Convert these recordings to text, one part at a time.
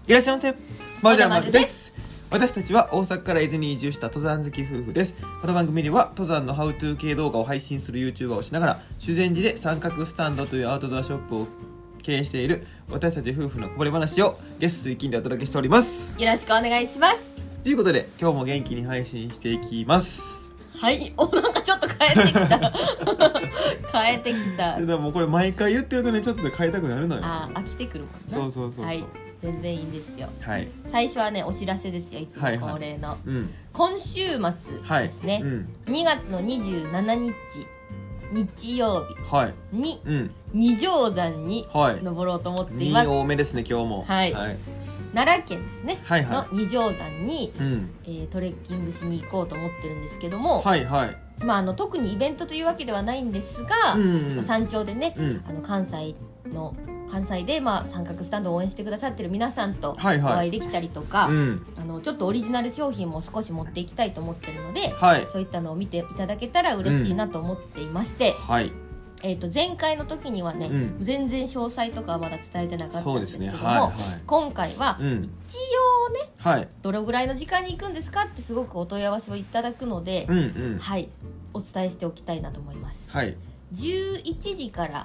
いらっしゃいませ。マジャマルです。私たちは大阪から伊豆に移住した登山好き夫婦です。この番組では登山のハウトゥー系動画を配信する YouTuber をしながら、修善寺で三角スタンドというアウトドアショップを経営している私たち夫婦のこぼれ話を月水金でお届けしております。 よろしくお願いします。 ということで今日も元気に配信していきます。 はい、なんかちょっと変えてきた変えてきた。 でもこれ毎回言ってるとね、ちょっと変えたくなるのよ。 飽きてくるもんな。 そう、 はい、全然いいんですよ。 はい、 最初はね、お知らせですよ。いつも恒例の、今週末ですね、2月の27日日曜日に、二条山に登ろうと思っています。 2多めですね今日も。 奈良県ですね、の二条山に、トレッキングしに行こうと思ってるんですけども、特にイベントというわけではないんですが、山頂でね、関西で、三角スタンドを応援してくださってる皆さんとお会いできたりとか、ちょっとオリジナル商品も少し持っていきたいと思ってるので、そういったのを見ていただけたら嬉しいなと思っていまして、前回の時にはね、全然詳細とかはまだ伝えてなかったんですけども、今回は一応ね、どれぐらいの時間に行くんですかってすごくお問い合わせをいただくので、お伝えしておきたいなと思います。11時から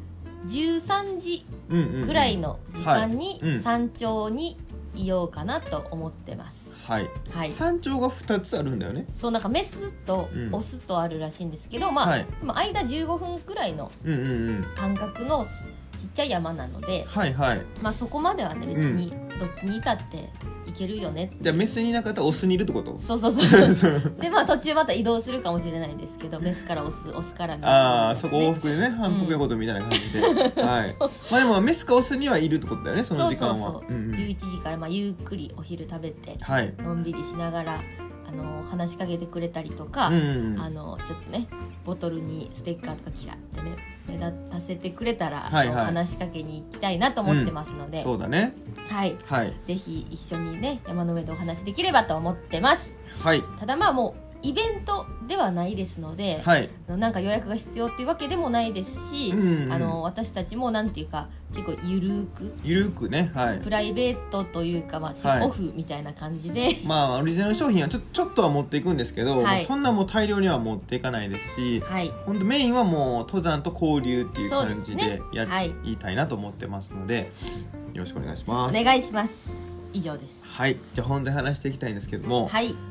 13時ぐらいの時間に山頂にいようかなと思ってます。 山頂が2つあるんだよね。 そう、なんかメスとオスとあるらしいんですけど、間15分くらいの間隔のちっちゃい山なので、そこまではね、別にどっちにいたっていけるよねって。 じゃあメスにいなかったらオスにいるってこと？ そうで、途中また移動するかもしれないですけど、メスからオスからメス、 そこ往復でね、反復横跳びみたいな感じで、でもメスかオスにはいるってことだよね、その時間は。 そう11時からゆっくりお昼食べて、のんびりしながら話しかけてくれたりとか、ちょっとね、ボトルにステッカーとかキラってね目立たせてくれたら、話しかけに行きたいなと思ってますので、 そうだね、 ぜひ一緒にね、山の上でお話できればと思ってます。ただもうイベントではないですので、なんか予約が必要っていうわけでもないですし、私たちもなんていうか結構ゆるくね、プライベートというか、オフみたいな感じで、 オリジナル商品はちょっとは持っていくんですけど、そんなもう大量には持っていかないですし、本当メインはもう登山と交流っていう感じで言いたいなと思ってますので、よろしくお願いします。 お願いします。以上です。 じゃあ本題話していきたいんですけども、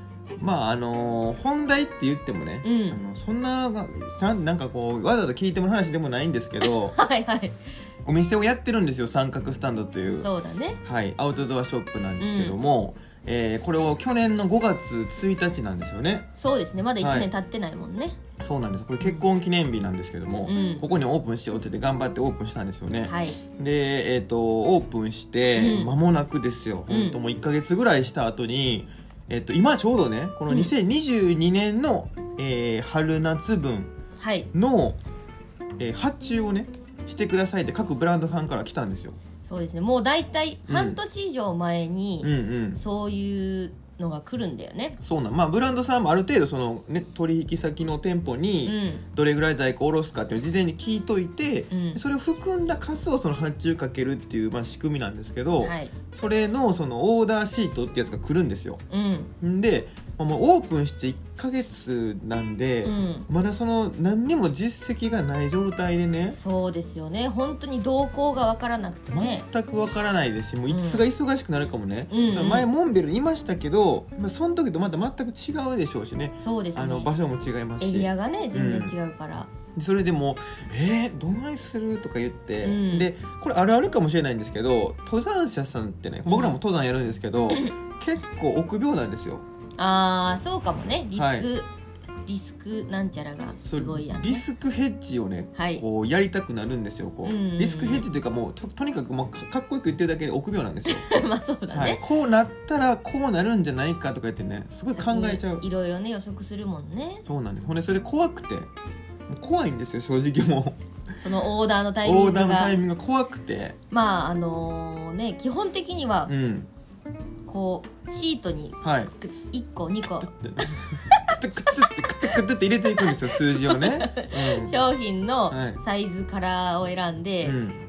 本題って言ってもね、そんななんかこうわざわざ聞いてもらう話でもないんですけど、お店をやってるんですよ、三角スタンドという。 そうだね、 アウトドアショップなんですけども、これを去年の5月1日なんですよね。 そうですね、まだ1年経ってないもんね。 そうなんです。これ結婚記念日なんですけども、ここにオープンしようって言って頑張ってオープンしたんですよね。で、オープンして間もなくですよ、本当もう1ヶ月ぐらいした後に、今ちょうどね、この2022年の、春夏分の、発注をねしてくださいって各ブランドさんから来たんですよ。 そうですね、もうだいたい半年以上前にそういうのが来るんだよね。 そうなん、ブランドさんもある程度その、ね、取引先の店舗にどれぐらい在庫を下ろすかっていうのを事前に聞いといて、それを含んだ数をその発注かけるっていう、仕組みなんですけど、それのそのオーダーシートってやつが来るんですよ。でもうオープンして1ヶ月なんで、まだその何にも実績がない状態でね。 そうですよね、本当に動向が分からなくてね、 全く分からないですし、もういつが忙しくなるかもね、前モンベルいましたけど、その時とまた全く違うでしょうしね。 そうですね、 場所も違いますし、 エリアがね全然違うから、 それでもどないするとか言って、でこれあるあるかもしれないんですけど、登山者さんってね、僕らも登山やるんですけど、結構臆病なんですよ。 そうかもね、リスクなんちゃらがすごいやんね。 リスクヘッジをね、こうやりたくなるんですよ。リスクヘッジというか、もうとにかくかっこよく言ってるだけで臆病なんですよ。 そうだね、 こうなったらこうなるんじゃないかとか言ってね、すごい考えちゃう。 いろいろね予測するもんね。 そうなんです。ほんでそれ怖くて、怖いんですよ正直。もうそのオーダーのタイミングが怖くて、 基本的には、こうシートに1個2個くって入れていくんですよ、数字をね。 商品のサイズカラーを選んで、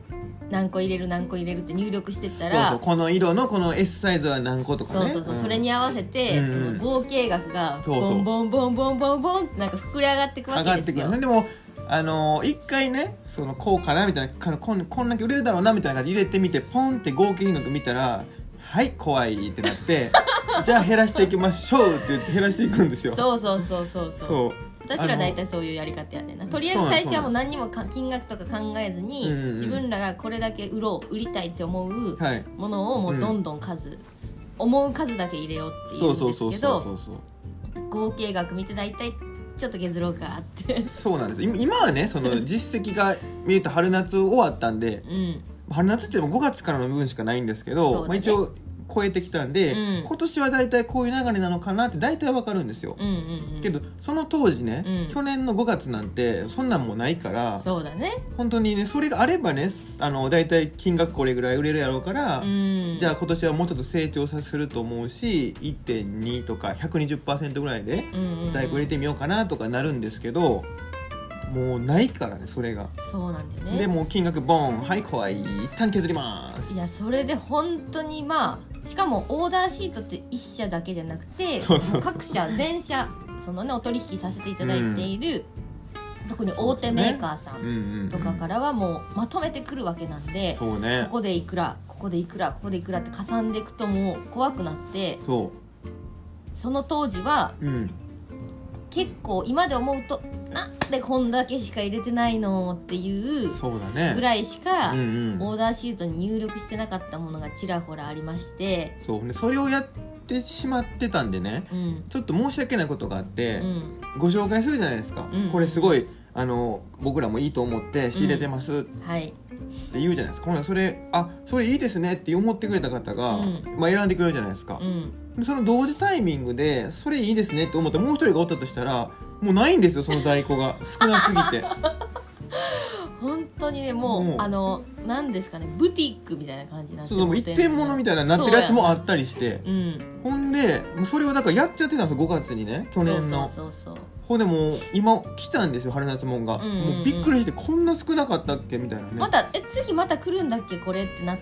何個入れる何個入れるって入力してったら、 この色のこの S サイズは何個とかね、 それに合わせて、その合計額がボンボンボンボンボンボンってなんか膨れ上がっていくわけですよ。上がってくるね。 でも一回ね、そのこうかなみたいな、こんだけ売れるだろうなみたいな感じで入れてみて、ポンって合計金額見たら、はい怖いってなってじゃあ減らしていきましょうって言って減らしていくんですよ。 そう私ら大体そういうやり方やねんな。とりあえず最初はもう何にも金額とか考えずに、自分らがこれだけ売りたいって思うものをもうどんどん思う数だけ入れようっていうんですけど、合計額見て大体ちょっと削ろうかってそうなんです。今はね、その実績が見ると春夏終わったんで、春夏っても5月からの部分しかないんですけど、一応超えてきたんで、今年はだいたいこういう流れなのかなって大体わかるんですよ。けどその当時ね、去年の5月なんてそんなんもないから、 そうだね、 本当にね、それがあればね、だいたい金額これぐらい売れるやろうから、じゃあ今年はもうちょっと成長させると思うし 1.2 とか 120% ぐらいで在庫入れてみようかなとかなるんですけど、もうないからね、それが。 そうなんだよね。 でもう金額ボン、はい怖い、一旦削ります。 いや、それで本当にしかもオーダーシートって1社だけじゃなくて、各社全社そのねお取引させていただいている、特に大手メーカーさんとかからはもうまとめてくるわけなんで、ここでいくらここでいくらここでいくらってかさんでいくともう怖くなって、その当時は、結構今で思うとなんでこんだけしか入れてないのっていうぐらいしかオーダーシートに入力してなかったものがちらほらありまして、 それをやってしまってたんでね、ちょっと申し訳ないことがあって、ご紹介するじゃないですか、これすごい僕らもいいと思って仕入れてますって言うじゃないですか。それいいですねって思ってくれた方が、選んでくれるじゃないですか、その同時タイミングでそれいいですねって思ったもう一人がおったとしたら、もうないんですよ、その在庫が少なすぎて本当にね、もうなんですかね、ブティックみたいな感じになってもう一点物みたいななってるやつもあったりして、ほんでそれをだからやっちゃってたんですよ、5月にね、去年の。ほんでもう今来たんですよ、春夏もんが、もうびっくりして、こんな少なかったっけみたいなね。 次また来るんだっけこれってなって、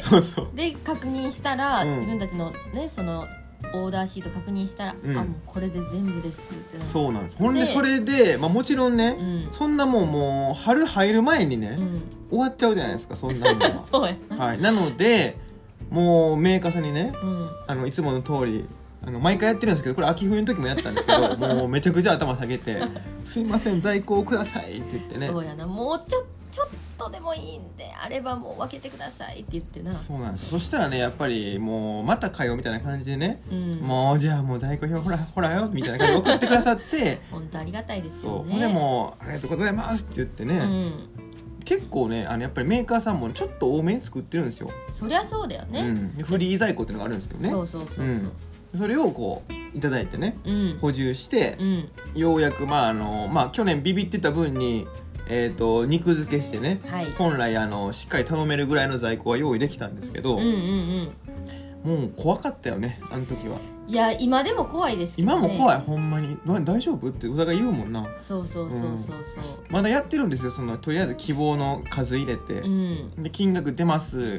で確認したら、自分たちのねそのオーダーシート確認したら、もうこれで全部ですってなって。そうなんです。 ほんでそれで、もちろんね、そんなもう春入る前にね、終わっちゃうじゃないですか、そんなのはそうやな、なのでもうメーカーさんにね、いつもの通り毎回やってるんですけど、これ秋冬の時もやったんですけどもうめちゃくちゃ頭下げてすいません在庫をくださいって言ってね、 そうやな、もうちょっとでもいいんであればもう分けてくださいって言ってな。 そうなんです。そしたらね、やっぱりもうまたかよみたいな感じでね、もうじゃあもう在庫表ほらよみたいな感じで送ってくださって本当ありがたいですよね。 そうでもありがとうございますって言ってね、結構ねやっぱりメーカーさんもちょっと多めに作ってるんですよ。 そりゃそうだよね、 フリー在庫っていうのがあるんですけどね。それをこういただいてね、補充して、ようやく去年ビビってた分に肉付けしてね、本来しっかり頼めるぐらいの在庫は用意できたんですけど、もう怖かったよね、あの時は。 いや今でも怖いですけどね。 今も怖い、ほんまに大丈夫ってお互い言うもんな。 そうまだやってるんですよ、とりあえず希望の数入れて、で金額出ます、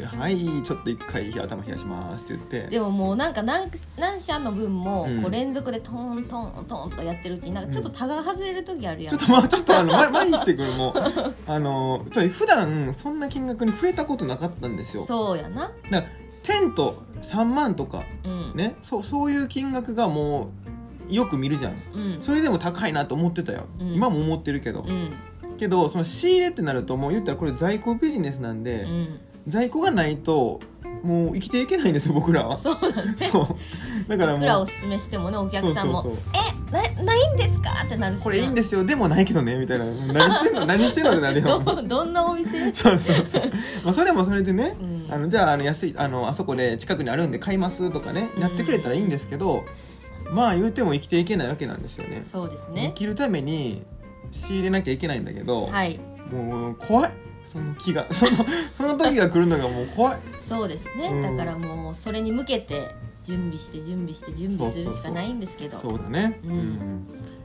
はいちょっと一回頭冷やしますって言って。 でももうなんか何社の分もこう連続でトントントンとやってるうちになんかちょっとタガ外れる時あるやん、 ちょっと前にしてくるもう普段そんな金額に触れたことなかったんですよ。 そうやな。 だからテント3万とか、ね、そういう金額がもうよく見るじゃん、それでも高いなと思ってたよ、今も思ってるけど、けどその仕入れってなるともう言ったらこれ在庫ビジネスなんで、在庫がないともう生きていけないんですよ、僕らは。 そうだね。 だからもういくらおすすめしてもね、お客さんもないんですかってなるし、 これいいんですよでもないけどねみたいな何してんのってなるよどんなお店そうそれもそれでね、じゃあ安いあそこで近くにあるんで買いますとかね、やってくれたらいいんですけど、言うても生きていけないわけなんですよね。 そうですね。 生きるために仕入れなきゃいけないんだけど、もう怖い、その気がその時が来るのがもう怖い。 そうですね、だからもうそれに向けて準備するしかないんですけど。 そうだね、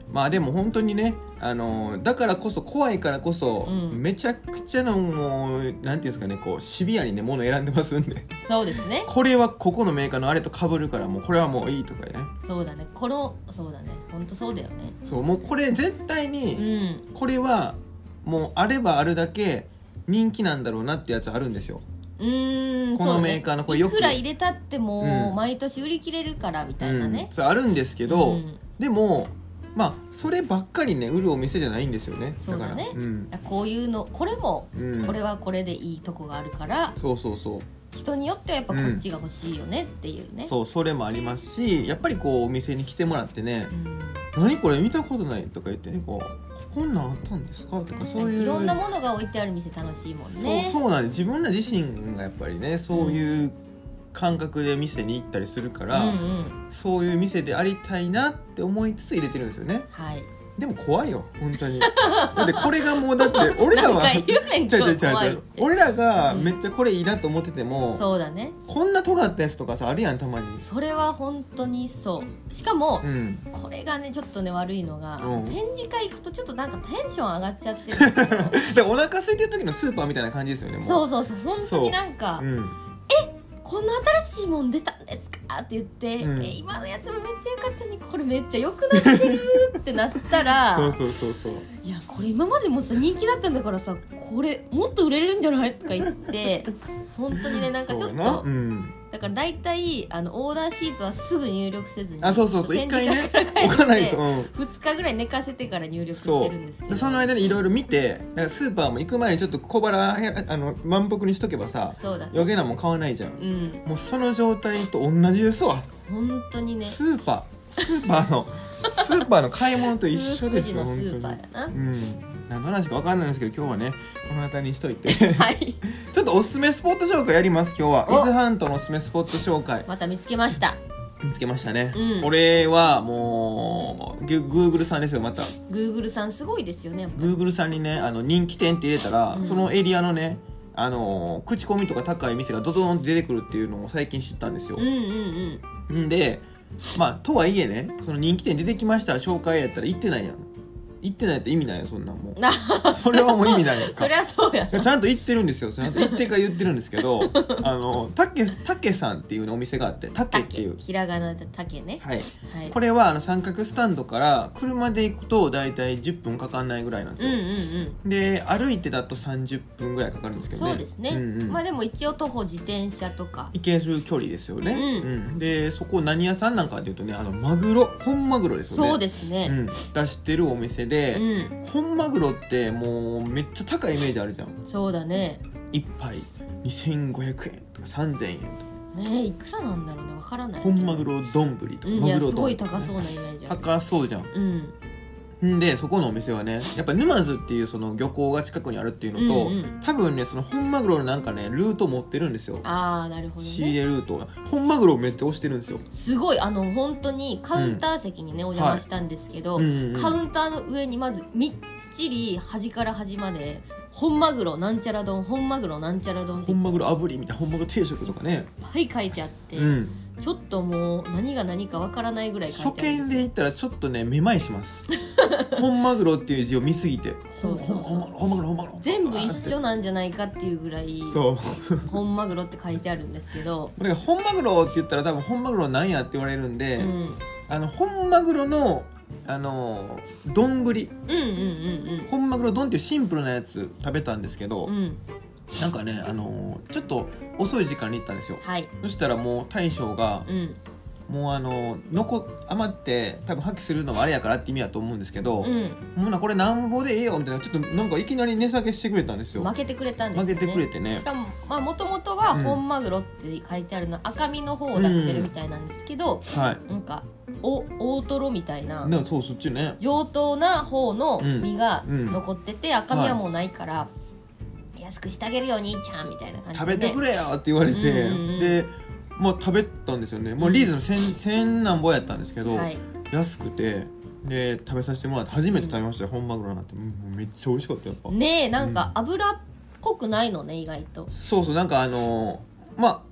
まあでも本当にね、だからこそ怖いからこそ、めちゃくちゃのもうなんていうんですかね、こうシビアにね物選んでますんで。 そうですね。 これはここのメーカーのあれと被るからもうこれはもういいとかね。 そうだね。そうだね。本当そうだよね。 そう、もうこれ絶対に、これはもうあればあるだけ人気なんだろうなってやつあるんですよ。このメーカーのこれよく、 いくら入れたっても毎年売り切れるからみたいなね、 それあるんですけど、でもまあそればっかりね売るお店じゃないんですよね。 そうだね、だからこういうのこれも、これはこれでいいとこがあるから、 そうそうそう、 人によってはやっぱこっちが欲しいよねっていうね、 そう、それもありますし、やっぱりこうお店に来てもらってね、何これ見たことないとか言ってね、こんなんあったんですかとか、そういういろんなものが置いてある店楽しいもんね。 そうなんです。自分ら自身がやっぱりね、そういう感覚で店に行ったりするから、そういう店でありたいなって思いつつ入れてるんですよね。 はい。 でも怖いよ本当に。だってこれがもうだって俺らは俺らがめっちゃこれいいなと思ってても、 そうだね、 こんな尖ったやつとかさあるやんたまに。それは本当にそう。しかも、これがねちょっとね悪いのが、展示会行くとちょっとなんかテンション上がっちゃってるんですよ。 でお腹空いてる時のスーパーみたいな感じですよね。もうそう本当になんか、こんな新しいもん出たんですかって言って、今のやつもめっちゃ良かったのにこれめっちゃ良くなってるってなったらそういやこれ今までもさ人気だったんだからさこれもっと売れるんじゃないとか言って本当にねなんかちょっと、だから大体オーダーシートはすぐ入力せずに、 一回ね置かないと、 2日ぐらい寝かせてから入力してるんですけど、 その間にいろいろ見て、だからスーパーも行く前にちょっと小腹満腹にしとけばさ、余計なもん買わないじゃん、もうその状態と同じですわ本当にね。 スーパーの買い物と一緒ですよ。 本当にスーパーやな。 何の話か分かんないんですけど、今日はねこの辺りにしといて、はい、ちょっとおすすめスポット紹介やります。今日は伊豆半島のおすすめスポット紹介また見つけましたね、これはもうGoogle さんですよ。また Google さんすごいですよね。 Google さんにね人気店って入れたら、そのエリアのね口コミとか高い店がドドンって出てくるっていうのを最近知ったんですよ。でまあとはいえね、その人気店出てきました紹介やったら行ってないやん。行ってないって意味ないよ、そんなんもうそれはもう意味ないやんか。 そりゃそうやちゃんと行ってるんですよ。ちゃんと行ってから言ってるんですけどたけさんっていう、ね、お店があって、たけっていうひらがなでたけね、 はい、これは三角スタンドから車で行くとだいたい10分かかんないぐらいなんですよ、で歩いてだと30分ぐらいかかるんですけどね。 そうですね、まあでも一応徒歩自転車とか行ける距離ですよね、でそこ何屋さんなんかっていうとね、マグロ、本マグロですよね。 そうですね、 出してるお店で、本マグロってもうめっちゃ高いイメージあるじゃん。 そうだね、 1杯2500円とか3000円とかね、いくらなんだろうね、わからない。 本マグロ丼とか、 いやすごい高そうなイメージある。 高そうじゃん、でそこのお店はねやっぱ沼津っていうその漁港が近くにあるっていうのと、多分ねその本マグロのなんかねルート持ってるんですよ。 ああなるほどね、 仕入れルートが本マグロをめっちゃ推してるんですよ。 すごい本当にカウンター席にね、お邪魔したんですけど、カウンターの上にまずみっちり端から端まで本マグロなんちゃら丼、本マグロなんちゃら丼って本マグロ炙りみたいな、本マグロ定食とかねいっぱい書いてあって、ちょっともう何が何かわからないぐらい書いてあるんですよ。 初見で言ったらちょっとねめまいします本マグロっていう字を見すぎて、本マグロ全部一緒なんじゃないかっていうぐらいそう本マグロって書いてあるんですけど、 だから本マグロって言ったら多分本マグロなんやって言われるんで、本マグロの丼、本マグロ丼っていうシンプルなやつ食べたんですけど、なんかねちょっと遅い時間に行ったんですよ、そしたらもう大将が、もう余って多分破棄するのもあれやからって意味だと思うんですけど、もうなこれなんぼでええよみたいな、ちょっとなんかいきなり値下げしてくれたんですよ。 負けてくれたんですね。 負けてくれてね。 しかももともとは本マグロって書いてあるの赤身の方を出してるみたいなんですけど、なんか大トロみたいな、 そうそっちね、 上等な方の身が残ってて、赤身はもうないから、安くしてあげるよ兄ちゃんみたいな感じで、 食べてくれよって言われて、でもう食べたんですよね。もうリーズの1000何本やったんですけど、安くて、で食べさせてもらって初めて食べましたよ、本マグロなんて。もうめっちゃ美味しかった。やっぱねえ、なんか脂っこくないのね、意外と。 そうなんかまあ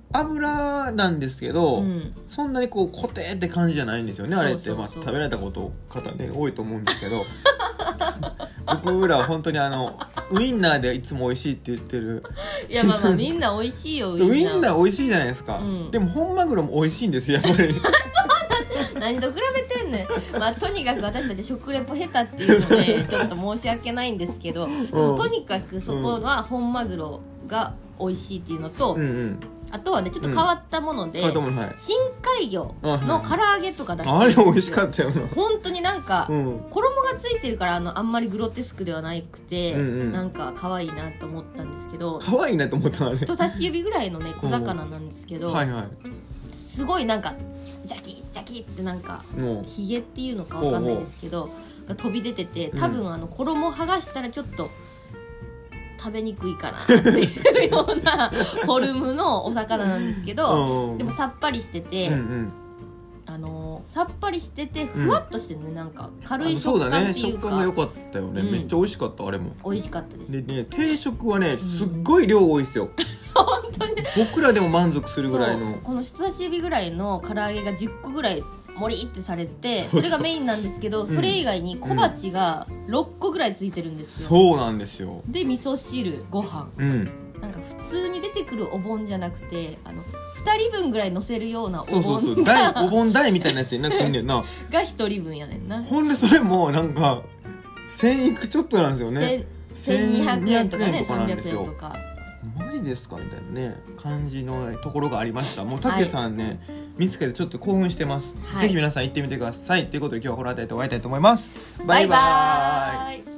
油なんですけど、そんなにこうコテーって感じじゃないんですよね、あれって。食べられた方ね多いと思うんですけど僕らは本当にウインナーでいつも美味しいって言ってる。 いやまあみんな美味しいよウインナー美味しいじゃないですか、でも本マグロも美味しいんですよやっぱり何と比べてんねん。とにかく私たち食レポ下手っていうのでちょっと申し訳ないんですけど、でもとにかくそこは本マグロが美味しいっていうのと、あとはねちょっと変わったもので、深海魚の唐揚げとか出してるんですよ。 あれ美味しかったよな。 本当になんか、衣がついてるからあんまりグロテスクではなくて、なんか可愛いなと思ったんですけど。 可愛いなと思ったのね。 人差し指ぐらいのね小魚なんですけど、すごいなんかジャキジャキってなんかヒゲっていうのかわかんないですけどが飛び出てて、多分衣剥がしたらちょっと食べにくいかなっていうようなフォルムのお魚なんですけど、でもさっぱりしてて、さっぱりしててふわっとしてね、なんか軽い食感っていうか、 食感が良かったよね、めっちゃ美味しかった。あれも美味しかったです。 でね、定食はねすっごい量多いですよ本当にね、 僕らでも満足するぐらいの、 この人差し指ぐらいの唐揚げが10個ぐらい盛りってされて、それがメインなんですけど、それ以外に小鉢が6個ぐらいついてるんですよ。 そうなんですよ。 で味噌汁ご飯、なんか普通に出てくるお盆じゃなくて2人分ぐらい乗せるようなお盆がお盆台みたいなやつになってんねんなが1人分やねんな。 ほんでそれもなんか1000いくちょっとなんですよね。 1200円とかね、300円とか。 マジですかみたいなね感じのところがありました。もうたけさんね、見つけてちょっと興奮してます、ぜひ皆さん行ってみてください。ということで今日はこの辺りで終わりたいと思います。バイバーイ。